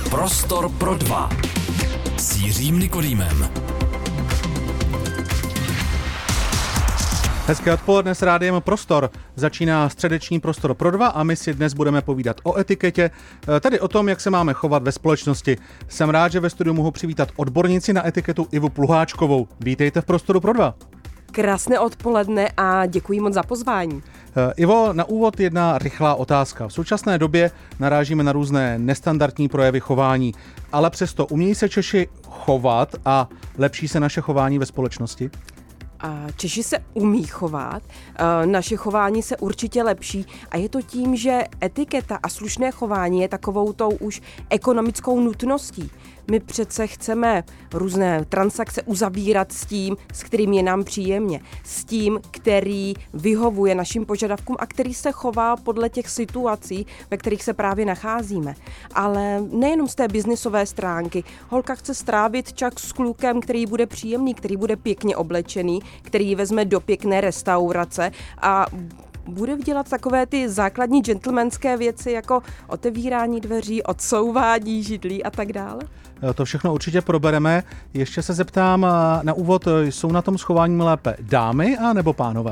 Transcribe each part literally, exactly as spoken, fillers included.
Prostor pro dva s Jiřím Nikodýmem. Hezké odpoledne s rádiem Prostor. Začíná středeční Prostor pro dva a my si dnes budeme povídat o etiketě, tedy o tom, jak se máme chovat ve společnosti. Jsem rád, že ve studiu mohu přivítat odbornici na etiketu Ivu Pluháčkovou. Vítejte v Prostoru pro dva. Krásné odpoledne a děkuji moc za pozvání. Ivo, na úvod jedna rychlá otázka. V současné době narážíme na různé nestandardní projevy chování, ale přesto umějí se Češi chovat a lepší se naše chování ve společnosti? Češi se umí chovat, naše chování se určitě lepší a je to tím, že etiketa a slušné chování je takovou tou už ekonomickou nutností. My přece chceme různé transakce uzavírat s tím, s kterým je nám příjemně, s tím, který vyhovuje našim požadavkům a který se chová podle těch situací, ve kterých se právě nacházíme. Ale nejenom z té biznisové stránky. Holka chce strávit čas s klukem, který bude příjemný, který bude pěkně oblečený, který ji vezme do pěkné restaurace a bude dělat takové ty základní gentlemanské věci jako otevírání dveří, odsouvání židlí a tak dále? To všechno určitě probereme. Ještě se zeptám na úvod, jsou na tom s chováním lépe dámy a nebo pánové?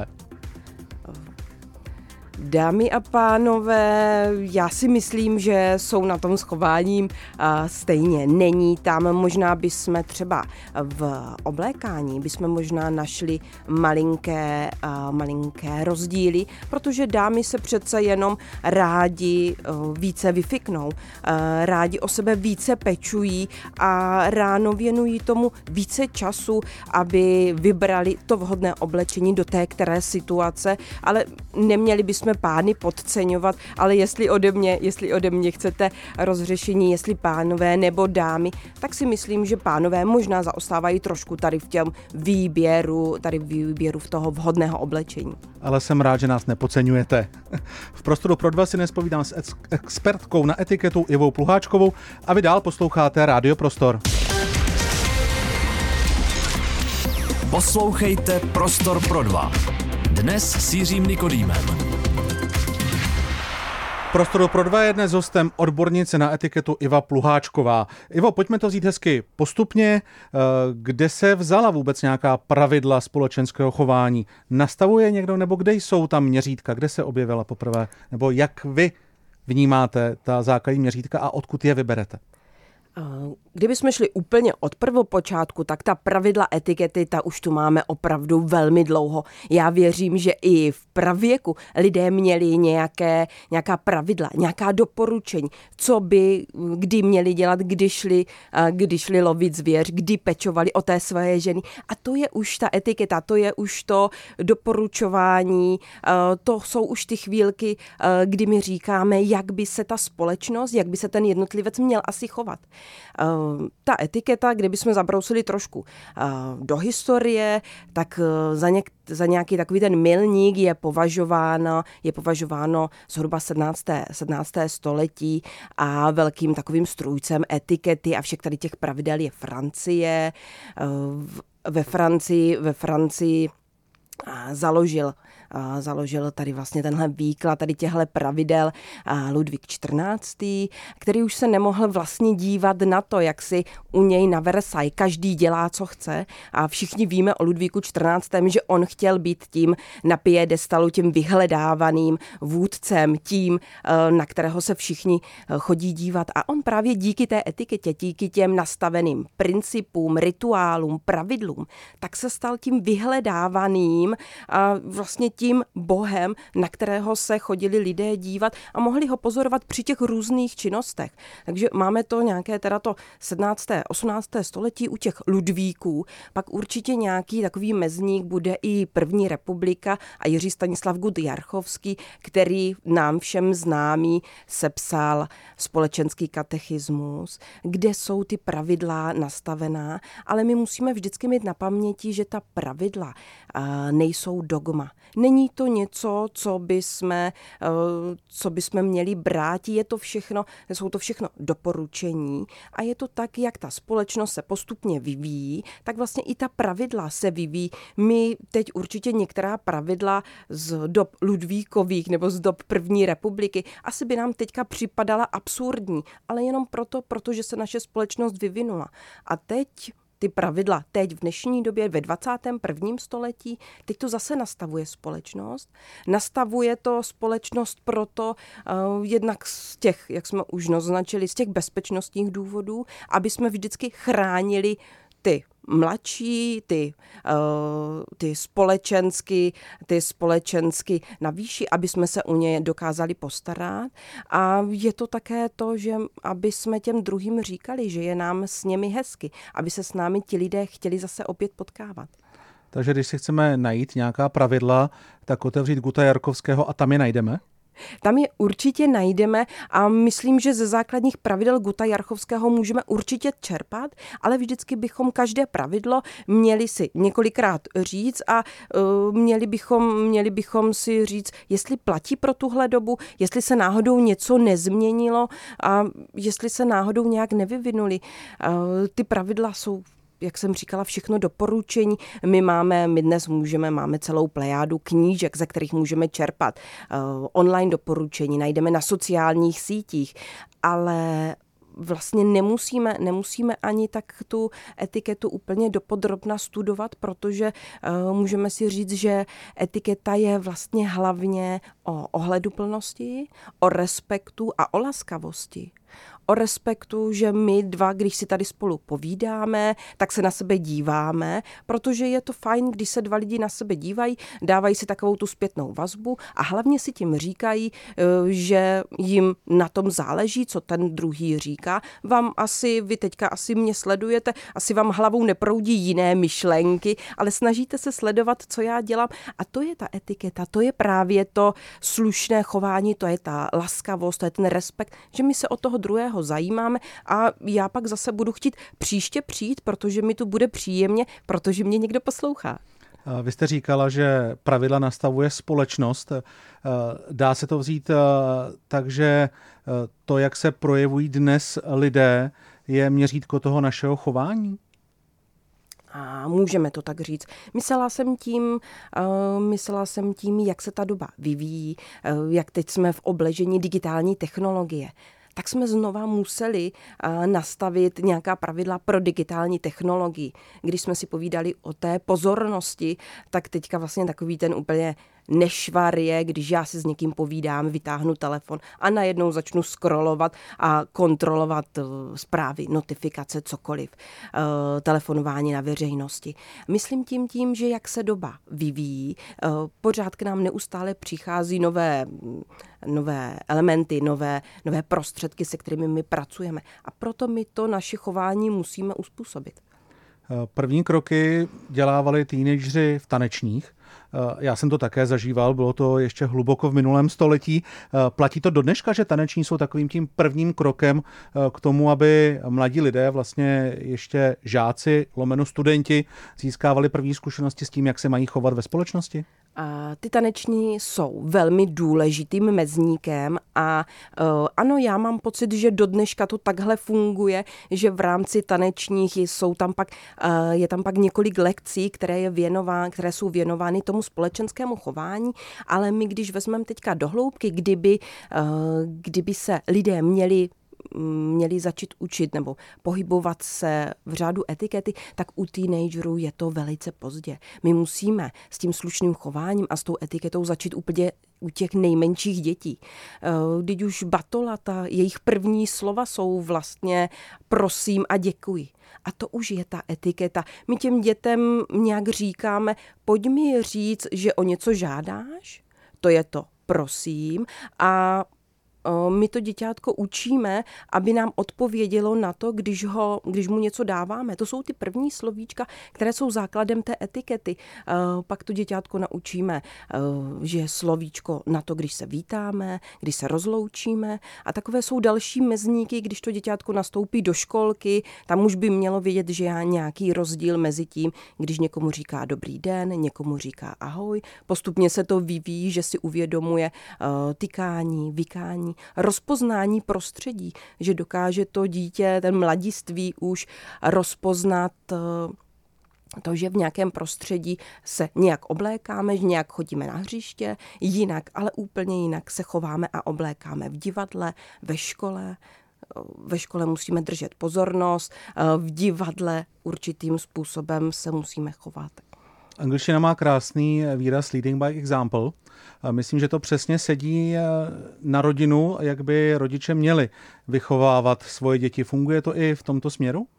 Dámy a pánové, já si myslím, že jsou na tom s chováním stejně. Není tam, možná bychom třeba v oblékání, bychom možná našli malinké, malinké rozdíly, protože dámy se přece jenom rádi více vyfiknou, rádi o sebe více pečují a ráno věnují tomu více času, aby vybrali to vhodné oblečení do té které situace, ale neměli bychom pány podceňovat, ale jestli ode mě, jestli ode mě chcete rozřešení, jestli pánové nebo dámy, tak si myslím, že pánové možná zaostávají trošku tady v těm výběru, tady v výběru v toho vhodného oblečení. Ale jsem rád, že nás nepodceňujete. V Prostoru pro dva si dnes povídám s ex- expertkou na etiketu Ivou Pluháčkovou a vy dál posloucháte Rádio Prostor. Poslouchejte Prostor pro dva. Dnes s Jiřím Nikodýmem. Prostoru pro dva je dnes hostem odbornice na etiketu Iva Pluháčková. Ivo, pojďme to vzít hezky postupně. Kde se vzala vůbec nějaká pravidla společenského chování? Nastavuje někdo, nebo kde jsou tam měřítka? Kde se objevila poprvé? Nebo jak vy vnímáte ta základní měřítka a odkud je vyberete? Kdybychom šli úplně od prvopočátku, tak ta pravidla etikety, ta už tu máme opravdu velmi dlouho. Já věřím, že i v pravěku lidé měli nějaké, nějaká pravidla, nějaká doporučení, co by kdy měli dělat, kdy šli, kdy šli lovit zvěř, kdy pečovali o té své ženy. A to je už ta etiketa, to je už to doporučování, to jsou už ty chvílky, kdy my říkáme, jak by se ta společnost, jak by se ten jednotlivec měl asi chovat. Ta etiketa, kdybychom zabrousili trošku do historie, tak za, něk, za nějaký takový ten milník je považováno, je považováno zhruba sedmnácté století a velkým takovým strůjcem etikety a všech tady těch pravidel je Francie. Ve Francii, ve Francii založil A založil tady vlastně tenhle výklad, tady těhle pravidel Ludvík čtrnáctý, který už se nemohl vlastně dívat na to, jak si u něj na Versailles každý dělá, co chce a všichni víme o Ludvíku čtrnáctém, že on chtěl být tím na piedestalu, tím vyhledávaným vůdcem, tím, na kterého se všichni chodí dívat a on právě díky té etiketě, díky těm nastaveným principům, rituálům, pravidlům, tak se stal tím vyhledávaným a vlastně tím bohem, na kterého se chodili lidé dívat a mohli ho pozorovat při těch různých činnostech. Takže máme to nějaké teda to sedmnácté osmnácté století u těch Ludvíků, pak určitě nějaký takový mezník bude i první republika a Jiří Stanislav Gut-Jarchovský, který nám všem známý sepsal společenský katechismus, kde jsou ty pravidla nastavená, ale my musíme vždycky mít na paměti, že ta pravidla nejsou dogma. není to něco, co by jsme, co by jsme měli brát, je to všechno, jsou to všechno doporučení a je to tak, jak ta společnost se postupně vyvíjí, tak vlastně i ta pravidla se vyvíjí. My teď určitě některá pravidla z dob Ludvíkových nebo z dob první republiky asi by nám teďka připadala absurdní, ale jenom proto, protože se naše společnost vyvinula. A teď ty pravidla teď v dnešní době ve dvacátém prvním století, teď to zase nastavuje společnost. Nastavuje to společnost proto uh, jednak z těch, jak jsme už naznačili, z těch bezpečnostních důvodů, aby jsme vždycky chránili ty mladší, ty, uh, ty společensky, ty společensky na výši, aby jsme se u ně dokázali postarat. A je to také to, že aby jsme těm druhým říkali, že je nám s nimi hezky, aby se s námi ti lidé chtěli zase opět potkávat. Takže když si chceme najít nějaká pravidla, tak otevřít Guta Jarkovského a tam je najdeme? Tam je určitě najdeme a myslím, že ze základních pravidel Guta Jarchovského můžeme určitě čerpat, ale vždycky bychom každé pravidlo měli si několikrát říct a uh, měli bychom, měli bychom si říct, jestli platí pro tuhle dobu, jestli se náhodou něco nezměnilo a jestli se náhodou nějak nevyvinuli. Uh, ty pravidla jsou, jak jsem říkala, všechno doporučení. My máme, my dnes můžeme, máme celou plejádu knížek, ze kterých můžeme čerpat. Uh, online doporučení najdeme na sociálních sítích, ale vlastně nemusíme, nemusíme ani tak tu etiketu úplně dopodrobna studovat, protože uh, můžeme si říct, že etiketa je vlastně hlavně o ohleduplnosti, o respektu a o laskavosti. O respektu, že my dva, když si tady spolu povídáme, tak se na sebe díváme, protože je to fajn, když se dva lidi na sebe dívají, dávají si takovou tu zpětnou vazbu a hlavně si tím říkají, že jim na tom záleží, co ten druhý říká. Vám asi, vy teďka asi mě sledujete, asi vám hlavou neproudí jiné myšlenky, ale snažíte se sledovat, co já dělám a to je ta etiketa, to je právě to slušné chování, to je ta laskavost, to je ten respekt, že my se o toho druhého zajímáme a já pak zase budu chtít příště přijít, protože mi tu bude příjemně, protože mě někdo poslouchá. Vy jste říkala, že pravidla nastavuje společnost. Dá se to vzít tak, že to, jak se projevují dnes lidé, je měřítko toho našeho chování? A můžeme to tak říct. Myslela jsem tím, uh, myslela jsem tím, jak se ta doba vyvíjí, uh, jak teď jsme v obležení digitální technologie. Tak jsme znova museli uh, nastavit nějaká pravidla pro digitální technologii. Když jsme si povídali o té pozornosti, tak teďka vlastně takový ten úplně nešvar je, když já si s někým povídám, vytáhnu telefon a najednou začnu scrollovat a kontrolovat uh, zprávy, notifikace, cokoliv, uh, telefonování na veřejnosti. Myslím tím tím, že jak se doba vyvíjí, uh, pořád k nám neustále přichází nové, nové elementy, nové, nové prostředky, se kterými my pracujeme. A proto my to naše chování musíme uspůsobit. První kroky dělávali teenageři v tanečních. Já jsem to také zažíval, bylo to ještě hluboko v minulém století. Platí to do dneška, že taneční jsou takovým tím prvním krokem k tomu, aby mladí lidé, vlastně ještě žáci, lomeno studenti, získávali první zkušenosti s tím, jak se mají chovat ve společnosti? A ty taneční jsou velmi důležitým mezníkem a uh, ano, já mám pocit, že do dneška to takhle funguje, že v rámci tanečních jsou tam pak, uh, je tam pak několik lekcí, které, je věnová, které jsou věnovány tomu společenskému chování, ale my, když vezmeme teďka do hloubky, kdyby, uh, kdyby se lidé měli měli začít učit nebo pohybovat se v řádu etikety, tak u teenagerů je to velice pozdě. My musíme s tím slušným chováním a s tou etiketou začít úplně u těch nejmenších dětí. Když už Batola, ta jejich první slova jsou vlastně prosím a děkuji. A to už je ta etiketa. My těm dětem nějak říkáme, pojď mi říct, že o něco žádáš, to je to prosím a my to děťátko učíme, aby nám odpovědělo na to, když, ho, když mu něco dáváme. To jsou ty první slovíčka, které jsou základem té etikety. Pak to děťátko naučíme, že slovíčko na to, když se vítáme, když se rozloučíme. A takové jsou další mezníky, když to děťátko nastoupí do školky, tam už by mělo vědět, že je nějaký rozdíl mezi tím, když někomu říká dobrý den, někomu říká ahoj. Postupně se to vyvíjí, že si uvědomuje uh, tykání, vykání, rozpoznání prostředí, že dokáže to dítě, ten mladiství už rozpoznat uh, to, že v nějakém prostředí se nějak oblékáme, že nějak chodíme na hřiště, jinak, ale úplně jinak se chováme a oblékáme v divadle, ve škole. Ve škole musíme držet pozornost, v divadle určitým způsobem se musíme chovat. Angličtina má krásný výraz leading by example. Myslím, že to přesně sedí na rodinu, jak by rodiče měli vychovávat svoje děti. Funguje to i v tomto směru?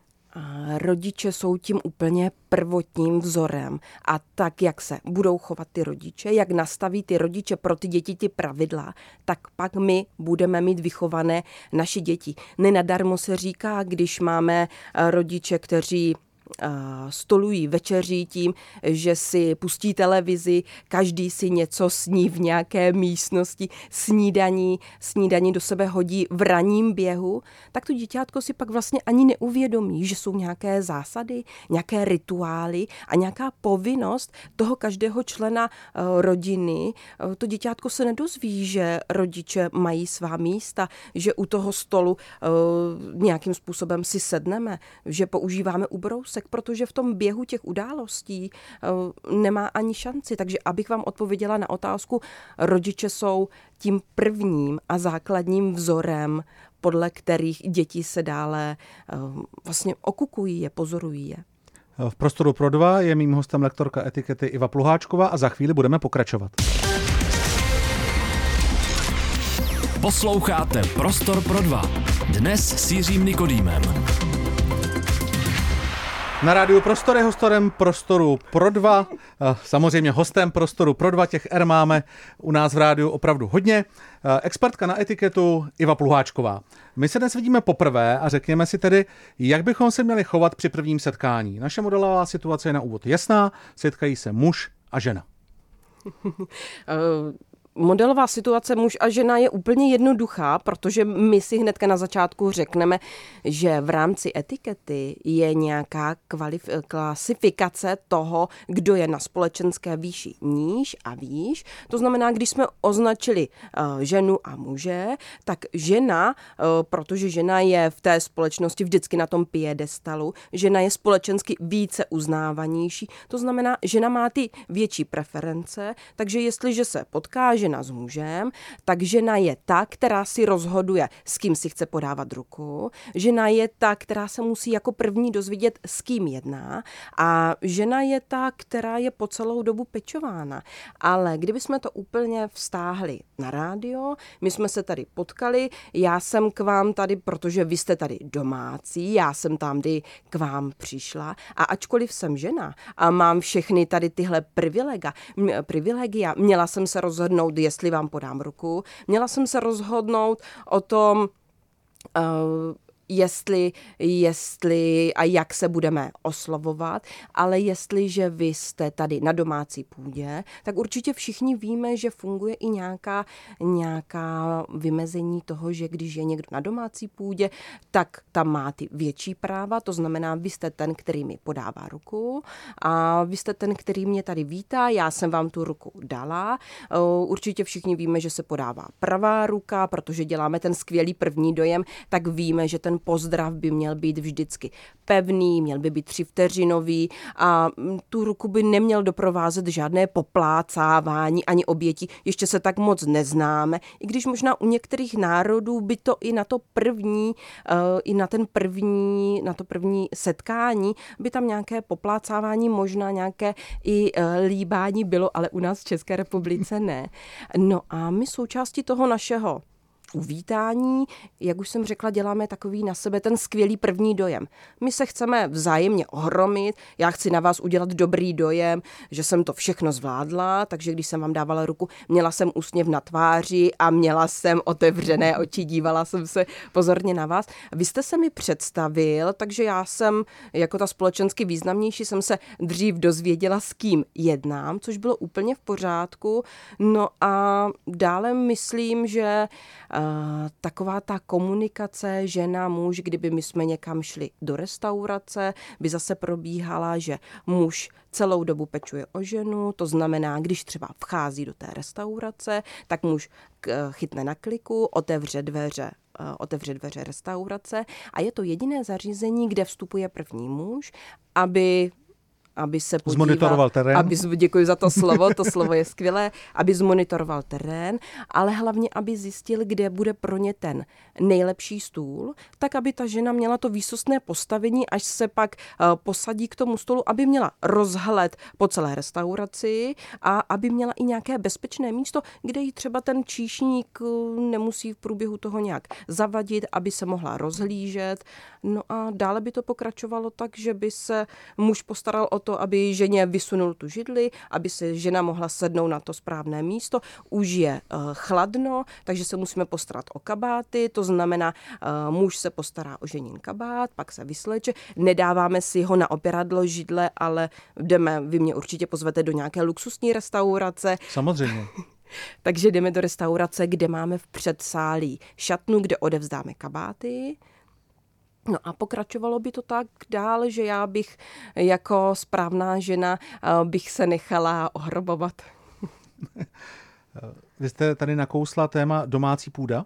A rodiče jsou tím úplně prvotním vzorem a tak, jak se budou chovat ty rodiče, jak nastaví ty rodiče pro ty děti ty pravidla, tak pak my budeme mít vychované naši děti. Nenadarmo se říká, když máme rodiče, kteří stolují, večeří tím, že si pustí televizi, každý si něco sní v nějaké místnosti, snídaní, snídaní do sebe hodí v ranním běhu, tak to děťátko si pak vlastně ani neuvědomí, že jsou nějaké zásady, nějaké rituály a nějaká povinnost toho každého člena rodiny. To děťátko se nedozví, že rodiče mají svá místa, že u toho stolu nějakým způsobem si sedneme, že používáme ubrousek, protože v tom běhu těch událostí nemá ani šanci. Takže abych vám odpověděla na otázku, rodiče jsou tím prvním a základním vzorem, podle kterých děti se dále vlastně okukují je, pozorují je. V Prostoru pro dva je mým hostem lektorka etikety Iva Pluháčková a za chvíli budeme pokračovat. Posloucháte Prostor pro dva. Dnes s Jiřím Nikodýmem. Na rádiu Prostor je hostem Prostoru pro dva. Samozřejmě hostem Prostoru pro dva, těch R máme u nás v rádiu opravdu hodně. Expertka na etiketu Iva Pluháčková. My se dnes vidíme poprvé a řekněme si tedy, jak bychom se měli chovat při prvním setkání. Naše modelová situace je na úvod jasná, setkají se muž a žena. Modelová situace muž a žena je úplně jednoduchá, protože my si hnedka na začátku řekneme, že v rámci etikety je nějaká kvalif- klasifikace toho, kdo je na společenské výši níž a výš. To znamená, když jsme označili uh, ženu a muže, tak žena, uh, protože žena je v té společnosti vždycky na tom piedestalu, žena je společensky více uznávanější, to znamená, žena má ty větší preference, takže jestliže se potká žena s mužem, tak žena je ta, která si rozhoduje, s kým si chce podávat ruku. Žena je ta, která se musí jako první dozvědět, s kým jedná. A žena je ta, která je po celou dobu pečována. Ale kdybychom to úplně vztáhli na rádio, my jsme se tady potkali, já jsem k vám tady, protože vy jste tady domácí, já jsem tam kdy k vám přišla a ačkoliv jsem žena a mám všechny tady tyhle privilegia, privilegia měla jsem se rozhodnout, jestli vám podám ruku. Měla jsem se rozhodnout o tom, uh, jestli, jestli a jak se budeme oslovovat, ale jestliže vy jste tady na domácí půdě, tak určitě všichni víme, že funguje i nějaká, nějaká vymezení toho, že když je někdo na domácí půdě, tak tam má ty větší práva, to znamená, vy jste ten, který mi podává ruku a vy jste ten, který mě tady vítá, já jsem vám tu ruku dala. Určitě všichni víme, že se podává pravá ruka, protože děláme ten skvělý první dojem, tak víme, že ten pozdrav by měl být vždycky pevný, měl by být třivteřinový a tu ruku by neměl doprovázet žádné poplácávání ani oběti. Ještě se tak moc neznáme, i když možná u některých národů by to i na to první, i na ten první, na to první setkání by tam nějaké poplácávání, možná nějaké i líbání bylo, ale u nás v České republice ne. No a my součástí toho našeho uvítání, jak už jsem řekla, děláme takový na sebe ten skvělý první dojem. My se chceme vzájemně ohromit, já chci na vás udělat dobrý dojem, že jsem to všechno zvládla, takže když jsem vám dávala ruku, měla jsem úsměv na tváři a měla jsem otevřené oči, dívala jsem se pozorně na vás. Vy jste se mi představil, takže já jsem jako ta společensky významnější jsem se dřív dozvěděla, s kým jednám, což bylo úplně v pořádku. No a dále myslím, že Uh, taková ta komunikace žena, muž, kdyby my jsme někam šli do restaurace, by zase probíhala, že muž celou dobu pečuje o ženu, to znamená, když třeba vchází do té restaurace, tak muž k, chytne na kliku, otevře dveře uh, otevře dveře restaurace a je to jediné zařízení, kde vstupuje první muž, aby aby se podíval, zmonitoroval terén. Aby, děkuji za to slovo, to slovo je skvělé, aby zmonitoroval terén, ale hlavně, aby zjistil, kde bude pro ně ten nejlepší stůl, tak aby ta žena měla to výsostné postavení, až se pak uh, posadí k tomu stolu, aby měla rozhled po celé restauraci a aby měla i nějaké bezpečné místo, kde jí třeba ten číšník nemusí v průběhu toho nějak zavadit, aby se mohla rozhlížet. No a dále by to pokračovalo tak, že by se muž postaral o to, aby ženě vysunul tu židli, aby se žena mohla sednout na to správné místo. Už je uh, chladno, takže se musíme postarat o kabáty, to znamená, uh, muž se postará o ženin kabát, pak se vysleče. Nedáváme si ho na opěradlo židle, ale jdeme, vy mě určitě pozvete do nějaké luxusní restaurace. Samozřejmě. Takže jdeme do restaurace, kde máme v předsálí šatnu, kde odevzdáme kabáty. No a pokračovalo by to tak dál, že já bych jako správná žena bych se nechala ohrobovat. Vy jste tady nakousla téma domácí půda.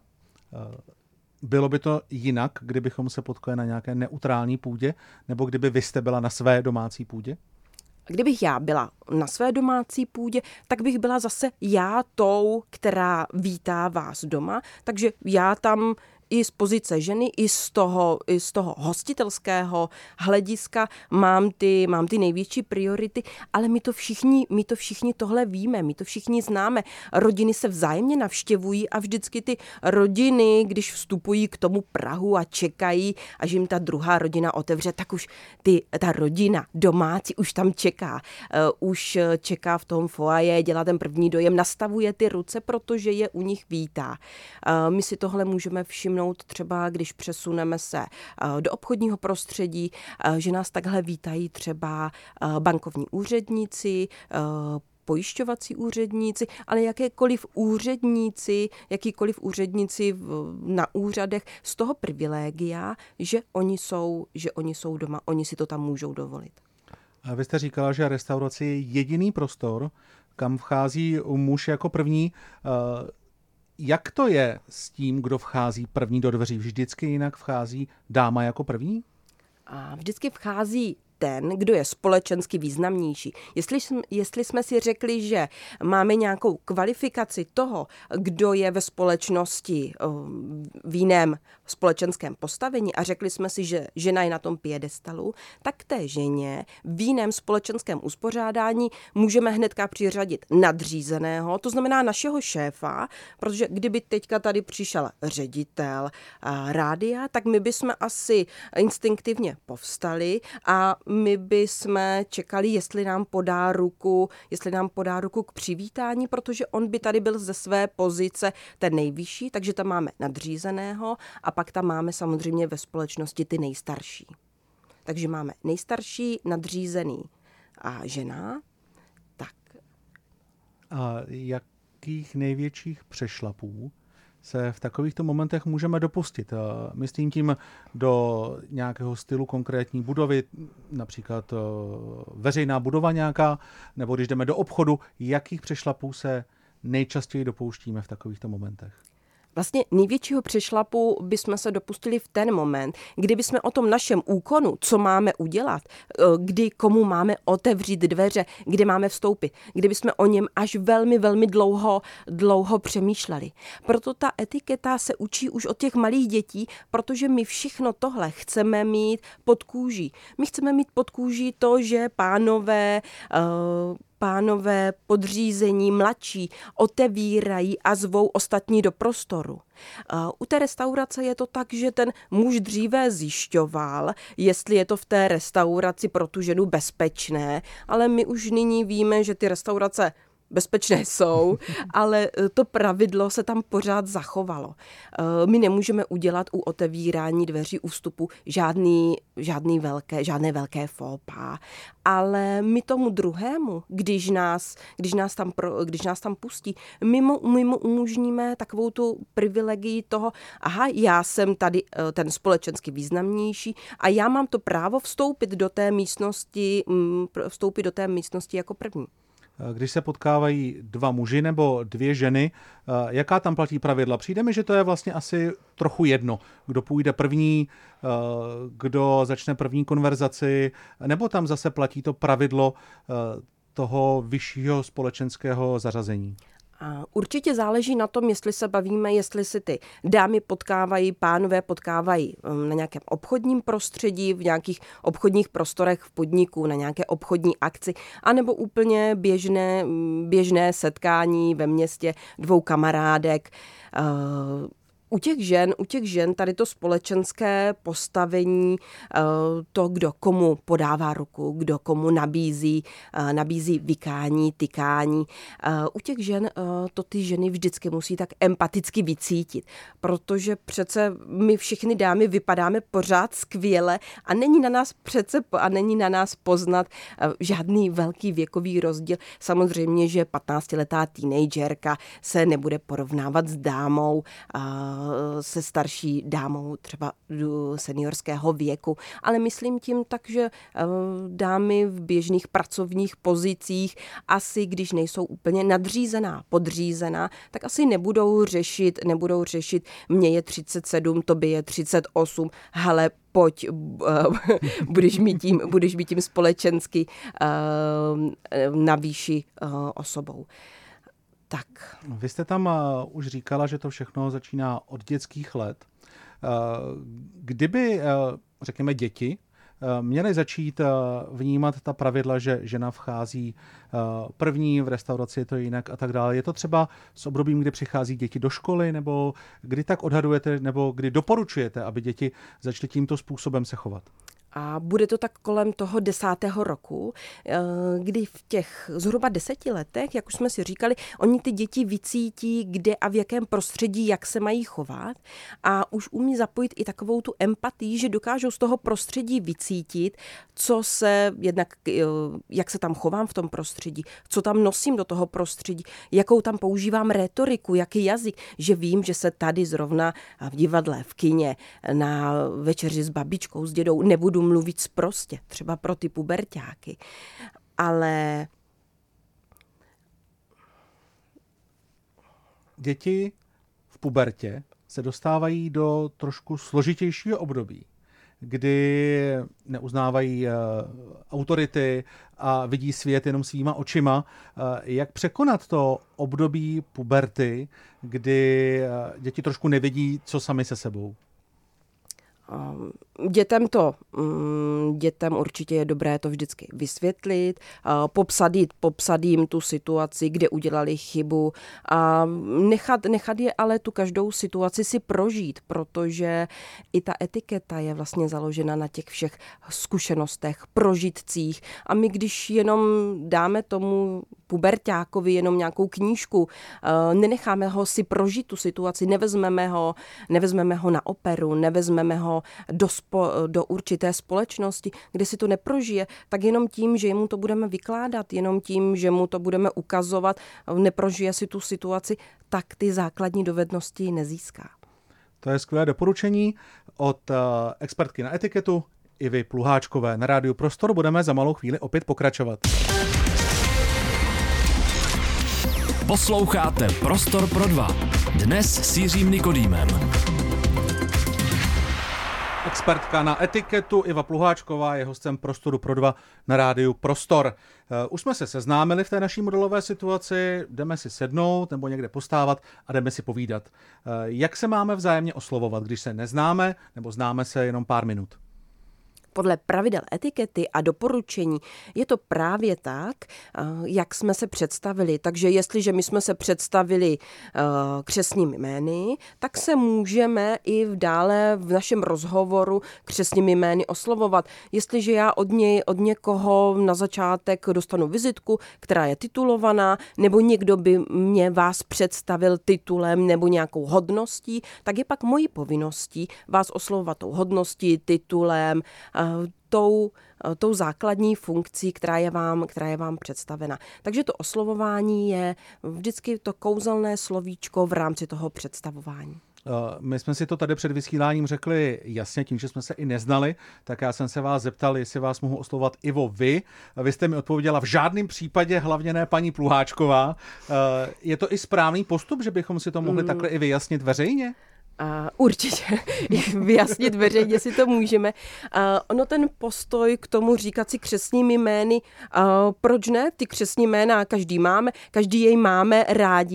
Bylo by to jinak, kdybychom se potkali na nějaké neutrální půdě, nebo kdyby vy jste byla na své domácí půdě? Kdybych já byla na své domácí půdě, tak bych byla zase já tou, která vítá vás doma, takže já tam i z pozice ženy, i z toho, i z toho hostitelského hlediska mám ty, mám ty největší priority, ale my to všichni, my to všichni tohle víme, my to všichni známe. Rodiny se vzájemně navštěvují a vždycky ty rodiny, když vstupují k tomu prahu a čekají, až jim ta druhá rodina otevře, tak už ty, ta rodina domácí už tam čeká. Uh, už čeká v tom foaje, dělá ten první dojem, nastavuje ty ruce, protože je u nich vítá. Uh, my si tohle můžeme všimnout třeba, když přesuneme se do obchodního prostředí, že nás takhle vítají třeba bankovní úředníci, pojišťovací úředníci, ale jakékoliv úředníci, jakýkoliv úředníci na úřadech z toho privilegia, že oni jsou, že oni jsou doma, oni si to tam můžou dovolit. A vy jste říkala, že restaurace je jediný prostor, kam vchází muž jako první. Jak to je s tím, kdo vchází první do dveří? Vždycky jinak vchází dáma jako první? A vždycky vchází ten, kdo je společensky významnější. Jestli, jestli jsme si řekli, že máme nějakou kvalifikaci toho, kdo je ve společnosti v jiném společenském postavení a řekli jsme si, že žena je na tom piedestalu, tak té ženě v jiném společenském uspořádání můžeme hnedka přiřadit nadřízeného, to znamená našeho šéfa, protože kdyby teďka tady přišel ředitel rádia, tak my bychom asi instinktivně povstali a my bychom čekali, jestli nám podá ruku, jestli nám podá ruku k přivítání, protože on by tady byl ze své pozice ten nejvyšší, takže tam máme nadřízeného a pak tam máme samozřejmě ve společnosti ty nejstarší. Takže máme nejstarší, nadřízený a žena. Tak. A jakých největších přešlapů se v takovýchto momentech můžeme dopustit? Myslím tím do nějakého stylu konkrétní budovy, například veřejná budova nějaká, nebo když jdeme do obchodu, jakých přešlapů se nejčastěji dopouštíme v takovýchto momentech? Vlastně největšího přešlapu bychom se dopustili v ten moment, kdy bychom o tom našem úkonu, co máme udělat, kdy komu máme otevřít dveře, kde máme vstoupit, kdy bychom o něm až velmi, velmi dlouho, dlouho přemýšleli. Proto ta etiketa se učí už od těch malých dětí, protože my všechno tohle chceme mít pod kůží. My chceme mít pod kůží to, že pánové uh, pánové podřízení mladší otevírají a zvou ostatní do prostoru. U té restaurace je to tak, že ten muž dříve zjišťoval, jestli je to v té restauraci pro tu ženu bezpečné, ale my už nyní víme, že ty restaurace bezpečné jsou, ale to pravidlo se tam pořád zachovalo. My nemůžeme udělat u otevírání dveří u vstupu žádný, žádný velké, žádné velké fópa, ale my tomu druhému, když nás, když nás, tam, pro, když nás tam pustí, my mu, my mu umožníme takovou tu privilegii toho, aha, já jsem tady ten společensky významnější a já mám to právo vstoupit do té místnosti, vstoupit do té místnosti jako první. Když se potkávají dva muži nebo dvě ženy, jaká tam platí pravidla? Přijde mi, že to je vlastně asi trochu jedno, kdo půjde první, kdo začne první konverzaci, nebo tam zase platí to pravidlo toho vyššího společenského zařazení? Určitě záleží na tom, jestli se bavíme, jestli si ty dámy potkávají, pánové potkávají na nějakém obchodním prostředí, v nějakých obchodních prostorech v podniku, na nějaké obchodní akci, anebo úplně běžné, běžné setkání ve městě dvou kamarádek. U těch žen, u těch žen tady to společenské postavení, to, kdo komu podává ruku, kdo komu nabízí, nabízí vykání, tykání. U těch žen to ty ženy vždycky musí tak empaticky vycítit, protože přece my všechny dámy vypadáme pořád skvěle a není na nás přece a není na nás poznat žádný velký věkový rozdíl. Samozřejmě, že patnáctiletá teenagerka se nebude porovnávat s dámou se starší dámou třeba seniorského věku. Ale myslím tím tak, že dámy v běžných pracovních pozicích asi, když nejsou úplně nadřízená, podřízená, tak asi nebudou řešit, nebudou řešit, mně je třicet sedm, tobě je třicet osm, hele, pojď, budeš mít tím, budeš mít tím společensky na výši osobou. Tak. Vy jste tam uh, už říkala, že to všechno začíná od dětských let. Uh, kdyby, uh, řekněme, děti uh, měly začít uh, vnímat ta pravidla, že žena vchází uh, první, v restauraci je to jinak a tak dále. Je to třeba s obdobím, kdy přichází děti do školy, nebo kdy tak odhadujete, nebo kdy doporučujete, aby děti začaly tímto způsobem se chovat? A bude to tak kolem toho desátého roku, kdy v těch zhruba deseti letech, jak už jsme si říkali, oni ty děti vycítí, kde a v jakém prostředí, jak se mají chovat a už umí zapojit i takovou tu empatii, že dokážou z toho prostředí vycítit, co se jednak, jak se tam chovám v tom prostředí, co tam nosím do toho prostředí, jakou tam používám rétoriku, jaký jazyk, že vím, že se tady zrovna v divadle, v kině, na večeři s babičkou, s dědou nebudu mluvit sprostě, třeba pro ty puberťáky. Ale děti v pubertě se dostávají do trošku složitějšího období, kdy neuznávají uh, autority a vidí svět jenom svýma očima. Uh, jak překonat to období puberty, kdy uh, děti trošku nevidí, co sami se sebou? Dětem to, dětem určitě je dobré to vždycky vysvětlit, popsat, jít, popsat jim tu situaci, kde udělali chybu a nechat, nechat je ale tu každou situaci si prožít, protože i ta etiketa je vlastně založena na těch všech zkušenostech, prožitcích a my když jenom dáme tomu puberťákovi jenom nějakou knížku, nenecháme ho si prožít tu situaci, nevezmeme ho, nevezmeme ho na operu, nevezmeme ho do, spo, do určité společnosti, kde si to neprožije, tak jenom tím, že mu to budeme vykládat, jenom tím, že mu to budeme ukazovat, neprožije si tu situaci, tak ty základní dovednosti nezíská. To je skvělé doporučení od uh, expertky na etiketu Ivy Pluháčkové. Na Rádiu Prostor budeme za malou chvíli opět pokračovat. Posloucháte Prostor pro dva. Dnes s Jiřím Nikodýmem. Expertka na etiketu Iva Pluháčková je hostem Prostoru pro dva na Rádiu Prostor. Už jsme se seznámili v té naší modelové situaci, jdeme si sednout nebo někde postávat a jdeme si povídat. Jak se máme vzájemně oslovovat, když se neznáme nebo známe se jenom pár minut? Podle pravidel etikety a doporučení je to právě tak, jak jsme se představili. Takže jestliže my jsme se představili křestními jmény, tak se můžeme i dále v našem rozhovoru křestními jmény oslovovat. Jestliže já od něj, od někoho na začátek dostanu vizitku, která je titulovaná, nebo někdo by mě vás představil titulem nebo nějakou hodností, tak je pak mojí povinností vás oslovovat tou hodností, titulem, tou, tou základní funkcí, která je, vám, která je vám představena. Takže to oslovování je vždycky to kouzelné slovíčko v rámci toho představování. My jsme si to tady před vysíláním řekli jasně, tím, že jsme se i neznali, tak já jsem se vás zeptal, jestli vás mohu oslovovat Ivo vy. Vy jste mi odpověděla v žádném případě, hlavně ne paní Pluháčková. Je to i správný postup, že bychom si to mohli mm. takhle i vyjasnit veřejně? Uh, určitě, vyjasnit veřejně si to můžeme. Uh, ono ten postoj k tomu říkat si křestními jmény, uh, proč ne? Ty křestní jména každý máme, každý jej máme rádi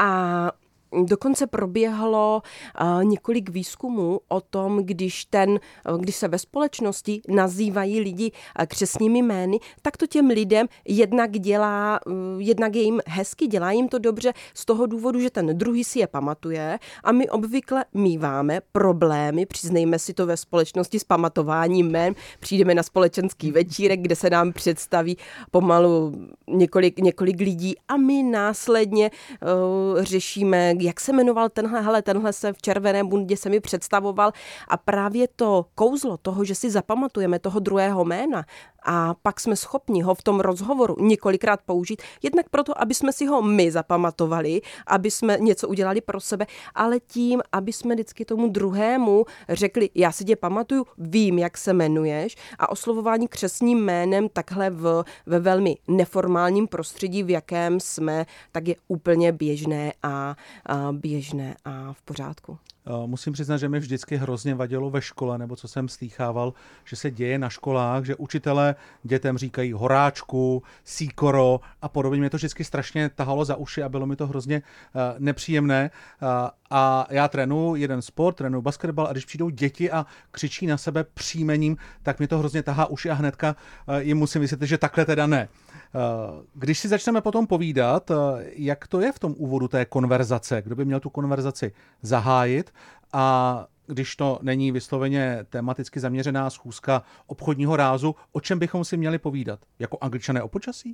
a dokonce proběhlo uh, několik výzkumů o tom, když, ten, uh, když se ve společnosti nazývají lidi uh, křestními jmény, tak to těm lidem jednak dělá, uh, jednak je jim hezky, dělá jim to dobře z toho důvodu, že ten druhý si je pamatuje a my obvykle míváme problémy, přiznejme si to ve společnosti s pamatováním jmén, přijdeme na společenský večírek, kde se nám představí pomalu několik, několik lidí a my následně uh, řešíme, jak se jmenoval tenhle, hele, tenhle se v červeném bundě se mi představoval a právě to kouzlo toho, že si zapamatujeme toho druhého jména a pak jsme schopni ho v tom rozhovoru několikrát použít, jednak proto, aby jsme si ho my zapamatovali, aby jsme něco udělali pro sebe, ale tím, aby jsme vždycky tomu druhému řekli, já si tě pamatuju, vím, jak se jmenuješ a oslovování křestním jménem takhle v, ve velmi neformálním prostředí, v jakém jsme, tak je úplně běžné a, a běžné a v pořádku. Musím přiznat, že mi vždycky hrozně vadilo ve škole, nebo co jsem slýchával, že se děje na školách, že učitelé dětem říkají horáčku, síkoro a podobně. Mě to vždycky strašně tahalo za uši a bylo mi to hrozně uh, nepříjemné. Uh, a já trénuji jeden sport, trénuji basketbal a když přijdou děti a křičí na sebe příjmením, tak mě to hrozně tahá uši a hnedka uh, jim musím vysvětlit, že takhle teda ne. Uh, když si začneme potom povídat, uh, jak to je v tom úvodu té konverzace, kdo by měl tu konverzaci zahájit, a když to není vysloveně tematicky zaměřená schůzka obchodního rázu, o čem bychom si měli povídat? Jako Angličané o počasí?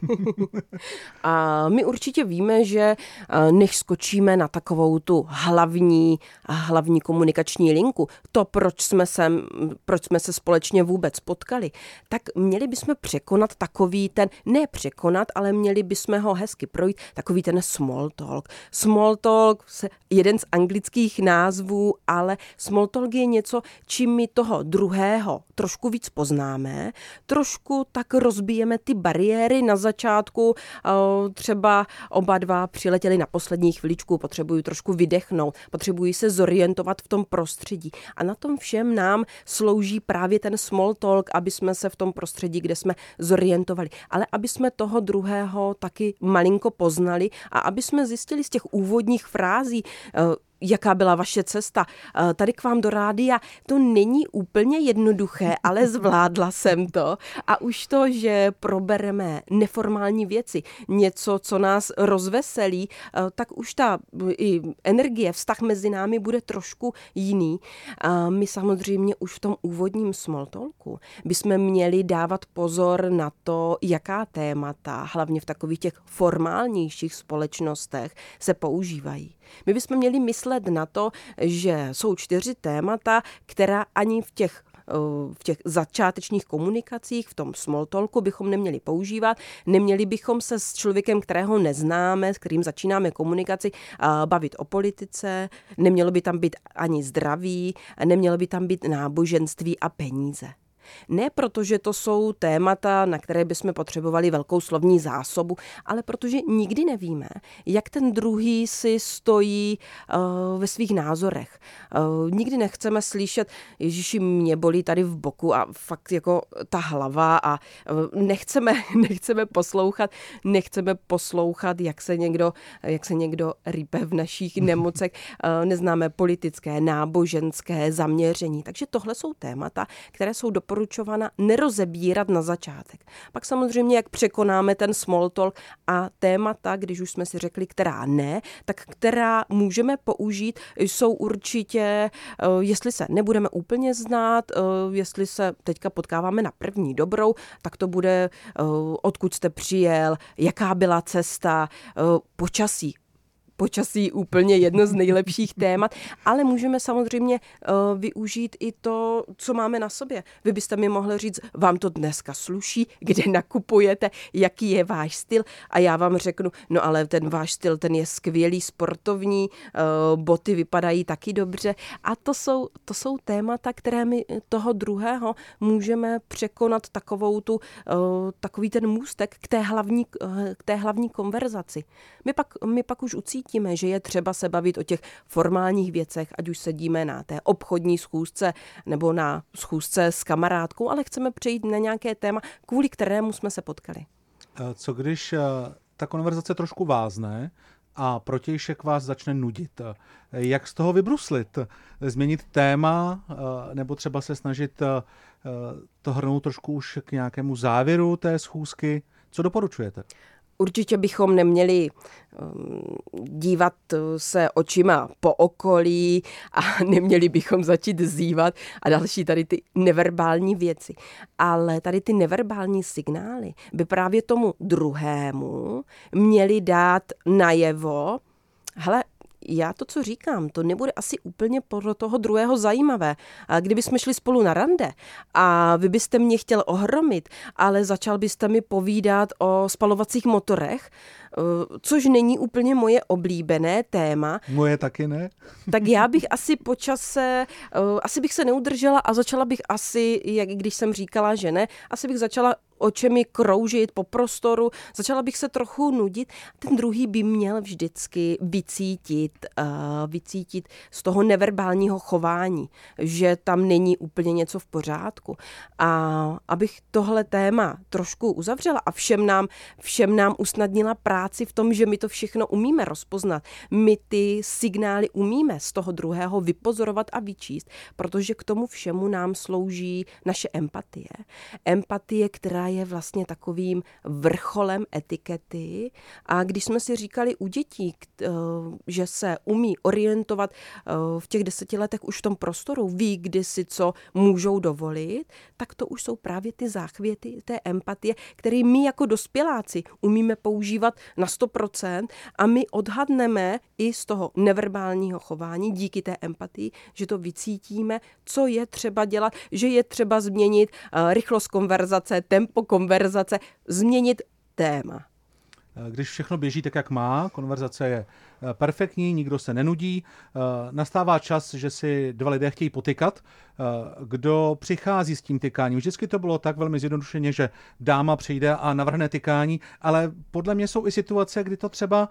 A my určitě víme, že než skočíme na takovou tu hlavní, hlavní komunikační linku, to, proč jsme, se, proč jsme se společně vůbec potkali, tak měli bychom překonat takový ten, ne překonat, ale měli bychom ho hezky projít, takový ten small talk. Small talk, jeden z anglických názvů, ale small talk je něco, čím my toho druhého trošku víc poznáme, trošku tak rozbijeme ty bariéry na začátku, třeba oba dva přiletěli na poslední chviličku, potřebují trošku vydechnout, potřebují se zorientovat v tom prostředí. A na tom všem nám slouží právě ten small talk, aby jsme se v tom prostředí, kde jsme zorientovali, ale aby jsme toho druhého taky malinko poznali a aby jsme zjistili z těch úvodních frází, jaká byla vaše cesta tady k vám do rádia. To není úplně jednoduché, ale zvládla jsem to. A už to, že probereme neformální věci, něco, co nás rozveselí, tak už ta i energie, vztah mezi námi bude trošku jiný. My samozřejmě už v tom úvodním small talku bychom měli dávat pozor na to, jaká témata, hlavně v takových těch formálnějších společnostech, se používají. My bychom měli myslet na to, že jsou čtyři témata, která ani v těch v těch začátečních komunikacích, v tom small talku bychom neměli používat. Neměli bychom se s člověkem, kterého neznáme, s kterým začínáme komunikaci, bavit o politice, nemělo by tam být ani zdraví, nemělo by tam být náboženství a peníze. Ne proto, že to jsou témata, na které bychom potřebovali velkou slovní zásobu, ale protože nikdy nevíme, jak ten druhý si stojí uh, ve svých názorech. Uh, nikdy nechceme slyšet, Ježiši, mě bolí tady v boku a fakt jako ta hlava a uh, nechceme, nechceme poslouchat, nechceme poslouchat, jak se někdo, jak se někdo rýpe v našich nemocech. Uh, neznáme politické, náboženské zaměření. Takže tohle jsou témata, které jsou do doporučována nerozebírat na začátek. Pak samozřejmě, jak překonáme ten small talk a témata, když už jsme si řekli, která ne, tak která můžeme použít, jsou určitě, jestli se nebudeme úplně znát, jestli se teďka potkáváme na první dobrou, tak to bude, odkud jste přijel, jaká byla cesta, počasí. Počasí úplně jedno z nejlepších témat, ale můžeme samozřejmě uh, využít i to, co máme na sobě. Vy byste mi mohli říct, vám to dneska sluší, kde nakupujete, jaký je váš styl a já vám řeknu, no ale ten váš styl, ten je skvělý, sportovní, uh, boty vypadají taky dobře a to jsou, to jsou témata, které my toho druhého můžeme překonat takovou tu, uh, takový ten můstek k té hlavní, uh, k té hlavní konverzaci. My pak, my pak už ucítíme, že je třeba se bavit o těch formálních věcech, ať už sedíme na té obchodní schůzce nebo na schůzce s kamarádkou, ale chceme přejít na nějaké téma, kvůli kterému jsme se potkali. Co když ta konverzace trošku vázne a protějšek vás začne nudit? Jak z toho vybruslit? Změnit téma nebo třeba se snažit to hrnout trošku už k nějakému závěru té schůzky? Co doporučujete? Určitě bychom neměli dívat se očima po okolí a neměli bychom začít zývat a další tady ty neverbální věci. Ale tady ty neverbální signály by právě tomu druhému měli dát najevo, hele, já to, co říkám, to nebude asi úplně pro toho druhého zajímavé. A kdybychom šli spolu na rande a vy byste mě chtěl ohromit, ale začal byste mi povídat o spalovacích motorech, což není úplně moje oblíbené téma. Moje taky ne. Tak já bych asi po čase, asi bych se neudržela a začala bych asi, jak když jsem říkala, že ne, asi bych začala očemi kroužit po prostoru, začala bych se trochu nudit. Ten druhý by měl vždycky vycítit, uh, vycítit z toho neverbálního chování, že tam není úplně něco v pořádku. A abych tohle téma trošku uzavřela a všem nám, všem nám usnadnila práci v tom, že my to všechno umíme rozpoznat. My ty signály umíme z toho druhého vypozorovat a vyčíst, protože k tomu všemu nám slouží naše empatie. Empatie, která je vlastně takovým vrcholem etikety. A když jsme si říkali u dětí, že se umí orientovat v těch deseti letech už v tom prostoru, ví, kdy si co můžou dovolit, tak to už jsou právě ty záchvěty té empatie, které my jako dospěláci umíme používat na sto procent a my odhadneme i z toho neverbálního chování díky té empatii, že to vycítíme, co je třeba dělat, že je třeba změnit rychlost konverzace, tempo konverzace, změnit téma. Když všechno běží tak, jak má, konverzace je perfektní, nikdo se nenudí, nastává čas, že si dva lidé chtějí potykat. Kdo přichází s tím tykáním? Vždycky to bylo tak velmi zjednodušeně, že dáma přijde a navrhne tykání, ale podle mě jsou i situace, kdy to třeba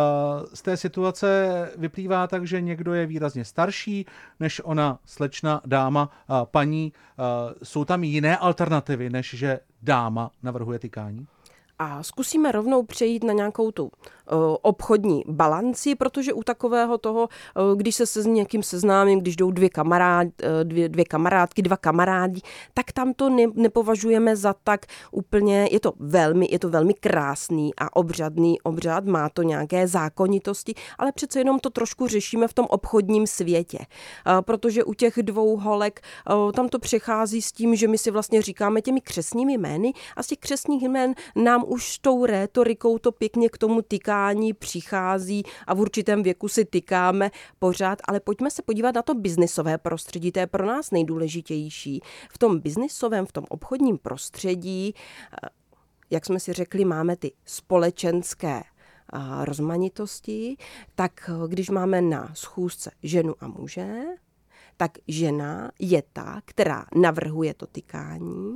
z té situace vyplývá tak, že někdo je výrazně starší než ona, slečna, dáma, paní. Jsou tam jiné alternativy, než že dáma navrhuje tykání? A zkusíme rovnou přejít na nějakou tu uh, obchodní balanci, protože u takového toho, uh, když se se s někým seznámím, když jdou dvě, kamarád, uh, dvě, dvě kamarádky, dva kamarádi, tak tam to ne, nepovažujeme za tak úplně, je to velmi, je to velmi krásný a obřadný obřad, má to nějaké zákonitosti, ale přece jenom to trošku řešíme v tom obchodním světě, uh, protože u těch dvou holek uh, tam to přechází s tím, že my si vlastně říkáme těmi křestními jmény a z těch křestních jmén nám už tou rétorikou to pěkně k tomu tykání přichází a v určitém věku si tykáme pořád, ale pojďme se podívat na to biznisové prostředí, to je pro nás nejdůležitější. V tom biznisovém, v tom obchodním prostředí, jak jsme si řekli, máme ty společenské rozmanitosti, tak když máme na schůzce ženu a muže, tak žena je ta, která navrhuje to tykání,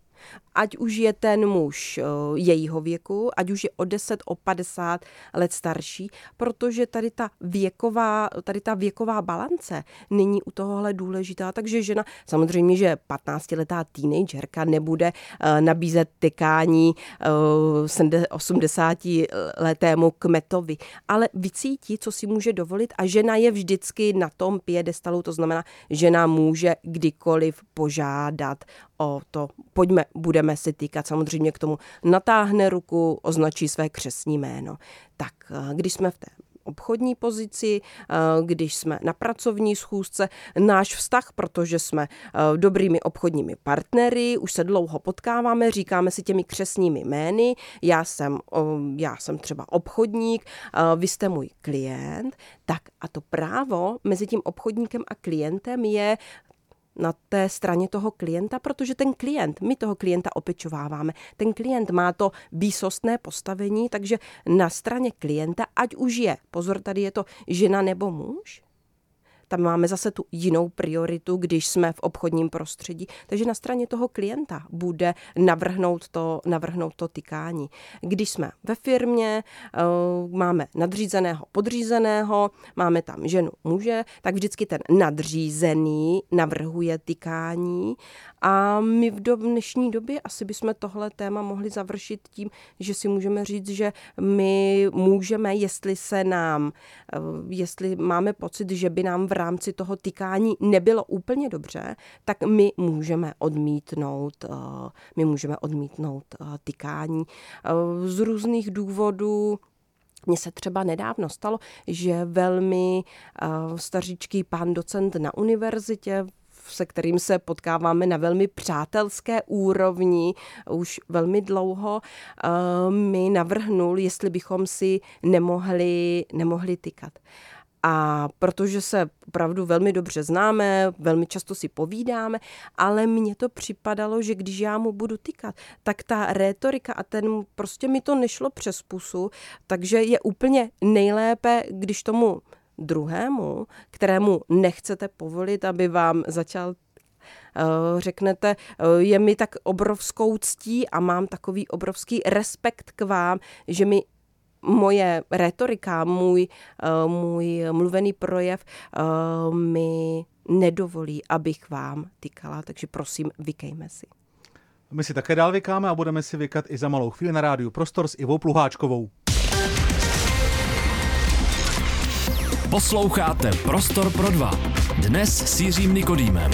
ať už je ten muž jejího věku, ať už je o deset, o padesát let starší, protože tady ta věková, tady ta věková balance není u tohohle důležitá, takže žena, samozřejmě, že patnáctiletá teenagerka nebude uh, nabízet tykání uh, osmdesátiletému kmetovi, ale vycítí, co si může dovolit a žena je vždycky na tom piedestalu, to znamená, žena může kdykoliv požádat o to, pojďme, budeme si týkat, samozřejmě k tomu natáhne ruku, označí své křestní jméno. Tak když jsme v té obchodní pozici, když jsme na pracovní schůzce, náš vztah, protože jsme dobrými obchodními partnery, už se dlouho potkáváme, říkáme si těmi křestními jmény, já jsem, já jsem třeba obchodník, vy jste můj klient, tak a to právo mezi tím obchodníkem a klientem je na té straně toho klienta, protože ten klient, my toho klienta opečováváme. Ten klient má to výsostné postavení, takže na straně klienta, ať už je, pozor, tady je to žena nebo muž, tam máme zase tu jinou prioritu, když jsme v obchodním prostředí. Takže na straně toho klienta bude navrhnout to, navrhnout to tykání. Když jsme ve firmě, máme nadřízeného, podřízeného, máme tam ženu, muže, tak vždycky ten nadřízený navrhuje tykání a my v dnešní době asi bychom tohle téma mohli završit tím, že si můžeme říct, že my můžeme, jestli se nám, jestli máme pocit, že by nám v rámci toho tykání nebylo úplně dobře, tak my můžeme odmítnout, my můžeme odmítnout tykání z různých důvodů. Mně se třeba nedávno stalo, že velmi staříčký pán docent na univerzitě, se kterým se potkáváme na velmi přátelské úrovni už velmi dlouho, mi navrhnul, jestli bychom si nemohli, nemohli tykat. A protože se opravdu velmi dobře známe, velmi často si povídáme, ale mně to připadalo, že když já mu budu tykat, tak ta rétorika a ten prostě mi to nešlo přes pusu, takže je úplně nejlépe, když tomu druhému, kterému nechcete povolit, aby vám začal řeknete, je mi tak obrovskou ctí a mám takový obrovský respekt k vám, že mi moje rétorika, můj, můj mluvený projev mi nedovolí, abych vám tykala, takže prosím, vykejme si. My si také dál vykáme a budeme si vykat i za malou chvíli na rádiu Prostor s Ivou Pluháčkovou. Posloucháte Prostor pro dva. Dnes s Jiřím Nikodýmem.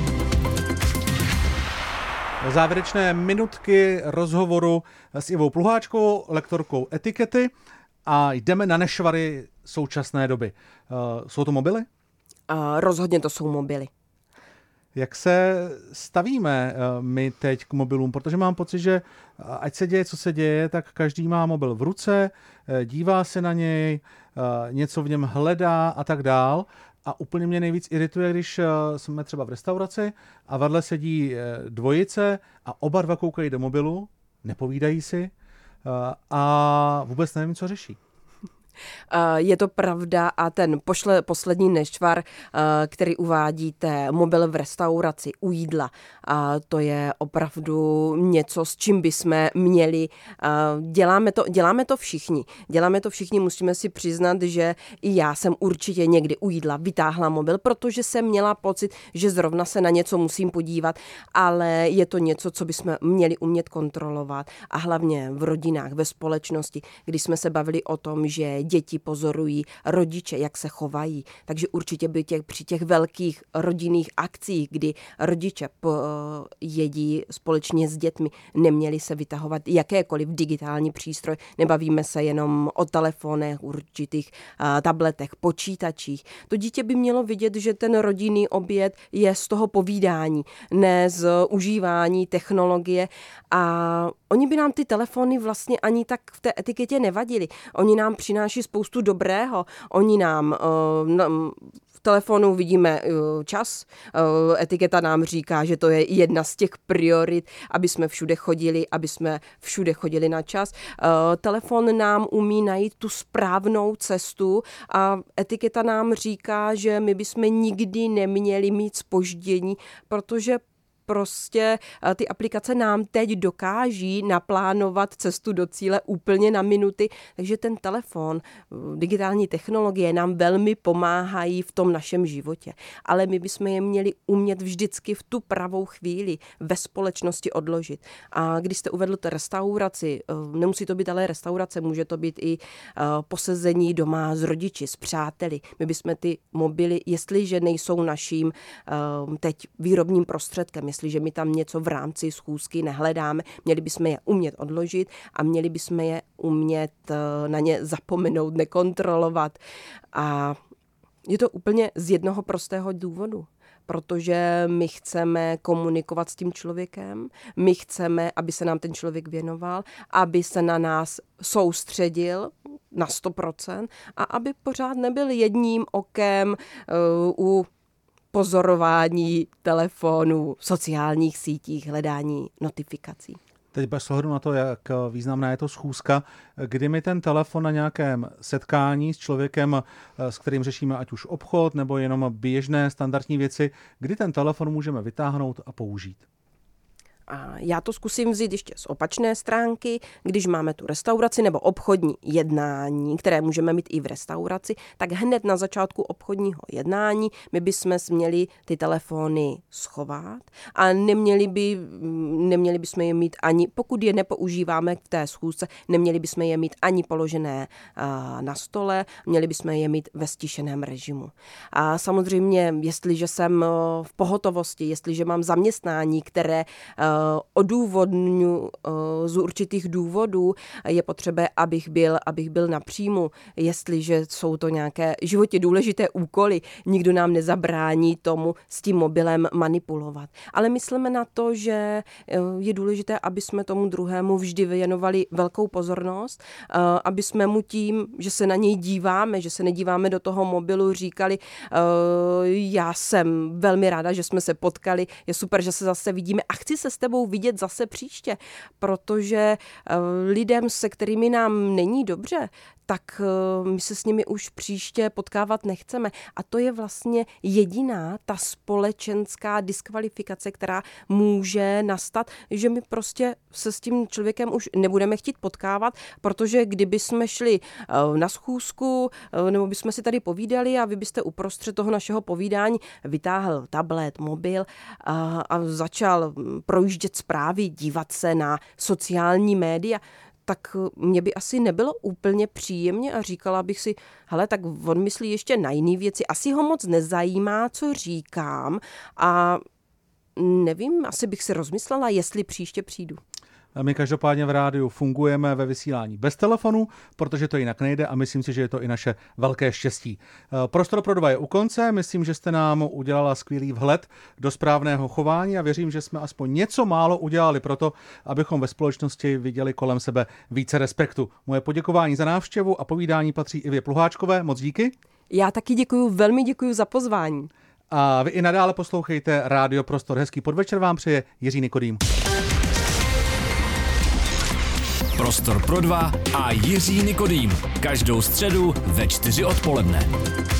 Závěrečné minutky rozhovoru s Ivou Pluháčkovou, lektorkou etikety, a jdeme na nešvary současné doby. Jsou to mobily? Uh, rozhodně to jsou mobily. Jak se stavíme my teď k mobilům? Protože mám pocit, že ať se děje, co se děje, tak každý má mobil v ruce, dívá se na něj, něco v něm hledá a tak dál. A úplně mě nejvíc irituje, když jsme třeba v restauraci a vedle sedí dvojice a oba dva koukají do mobilu, nepovídají si a vůbec nevím, co řeší. Je to pravda a ten pošle, poslední nešvar, který uvádíte, mobil v restauraci u jídla, to je opravdu něco, s čím bychom měli. Děláme to, děláme to všichni. Děláme to všichni, musíme si přiznat, že i já jsem určitě někdy u jídla vytáhla mobil, protože jsem měla pocit, že zrovna se na něco musím podívat, ale je to něco, co bychom měli umět kontrolovat a hlavně v rodinách, ve společnosti, když jsme se bavili o tom, že děti pozorují rodiče, jak se chovají. Takže určitě by těch, při těch velkých rodinných akcích, kdy rodiče po, jedí společně s dětmi, neměli se vytahovat jakékoliv digitální přístroj. Nebavíme se jenom o telefonech, určitých a, tabletech, počítačích. To dítě by mělo vidět, že ten rodinný oběd je z toho povídání, ne z užívání technologie. A oni by nám ty telefony vlastně ani tak v té etiketě nevadili. Oni nám přináší spoustu dobrého. Oni nám uh, v telefonu vidíme uh, čas. Uh, etiketa nám říká, že to je jedna z těch priorit, aby jsme všude chodili, aby jsme všude chodili na čas. Uh, telefon nám umí najít tu správnou cestu a etiketa nám říká, že my bychom nikdy neměli mít zpoždění, protože prostě ty aplikace nám teď dokáží naplánovat cestu do cíle úplně na minuty, takže ten telefon, digitální technologie nám velmi pomáhají v tom našem životě. Ale my bychom je měli umět vždycky v tu pravou chvíli ve společnosti odložit. A když jste uvedl tu restauraci, nemusí to být ale restaurace, může to být i posezení doma s rodiči, s přáteli. My bychom ty mobily, jestliže nejsou naším teď výrobním prostředkem, jestliže my tam něco v rámci schůzky nehledáme, měli bychom je umět odložit a měli bychom je umět na ně zapomenout, nekontrolovat. A je to úplně z jednoho prostého důvodu. Protože my chceme komunikovat s tím člověkem, my chceme, aby se nám ten člověk věnoval, aby se na nás soustředil na sto procent a aby pořád nebyl jedním okem uh, u pozorování telefonů, sociálních sítích, hledání notifikací. Teď bez ohledu na to, jak významná je to schůzka, kdy mi ten telefon na nějakém setkání s člověkem, s kterým řešíme ať už obchod nebo jenom běžné standardní věci, kdy ten telefon můžeme vytáhnout a použít. A já to zkusím vzít ještě z opačné stránky, když máme tu restauraci nebo obchodní jednání, které můžeme mít i v restauraci, tak hned na začátku obchodního jednání my bychom měli ty telefony schovat a neměli, by, neměli bychom je mít ani, pokud je nepoužíváme v té schůzce, neměli bychom je mít ani položené na stole, měli bychom je mít ve stišeném režimu. A samozřejmě, jestliže jsem v pohotovosti, jestliže mám zaměstnání, které odůvodňu z určitých důvodů, je potřeba, abych byl, abych byl na příjmu, jestliže jsou to nějaké životě důležité úkoly, nikdo nám nezabrání tomu s tím mobilem manipulovat. Ale myslíme na to, že je důležité, aby jsme tomu druhému vždy věnovali velkou pozornost, aby jsme mu tím, že se na něj díváme, že se nedíváme do toho mobilu, říkali, já jsem velmi ráda, že jsme se potkali, je super, že se zase vidíme a chci se s tebou vidět zase příště, protože lidem, se kterými nám není dobře, tak my se s nimi už příště potkávat nechceme. A to je vlastně jediná ta společenská diskvalifikace, která může nastat, že my prostě se s tím člověkem už nebudeme chtít potkávat, protože kdyby jsme šli na schůzku, nebo bychom si tady povídali a vy byste uprostřed toho našeho povídání vytáhl tablet, mobil a, a začal projíždět zprávy, dívat se na sociální média, tak mě by asi nebylo úplně příjemně a říkala bych si, hele, tak on myslí ještě na jiné věci, asi ho moc nezajímá, co říkám a nevím, asi bych si rozmyslela, jestli příště přijdu. My každopádně v rádiu fungujeme ve vysílání bez telefonu, protože to jinak nejde a myslím si, že je to i naše velké štěstí. Prostor pro dva je u konce, myslím, že jste nám udělala skvělý vhled do správného chování a věřím, že jsme aspoň něco málo udělali pro to, abychom ve společnosti viděli kolem sebe více respektu. Moje poděkování za návštěvu a povídání patří Ivě Pluháčkové. Moc díky. Já taky děkuju, velmi děkuju za pozvání. A vy i nadále poslouchejte Rádio Prostor. Hezký podvečer vám přeje Jiří Nikodým. Prostor pro dva a Jiří Nikodým. Každou středu ve čtyři odpoledne.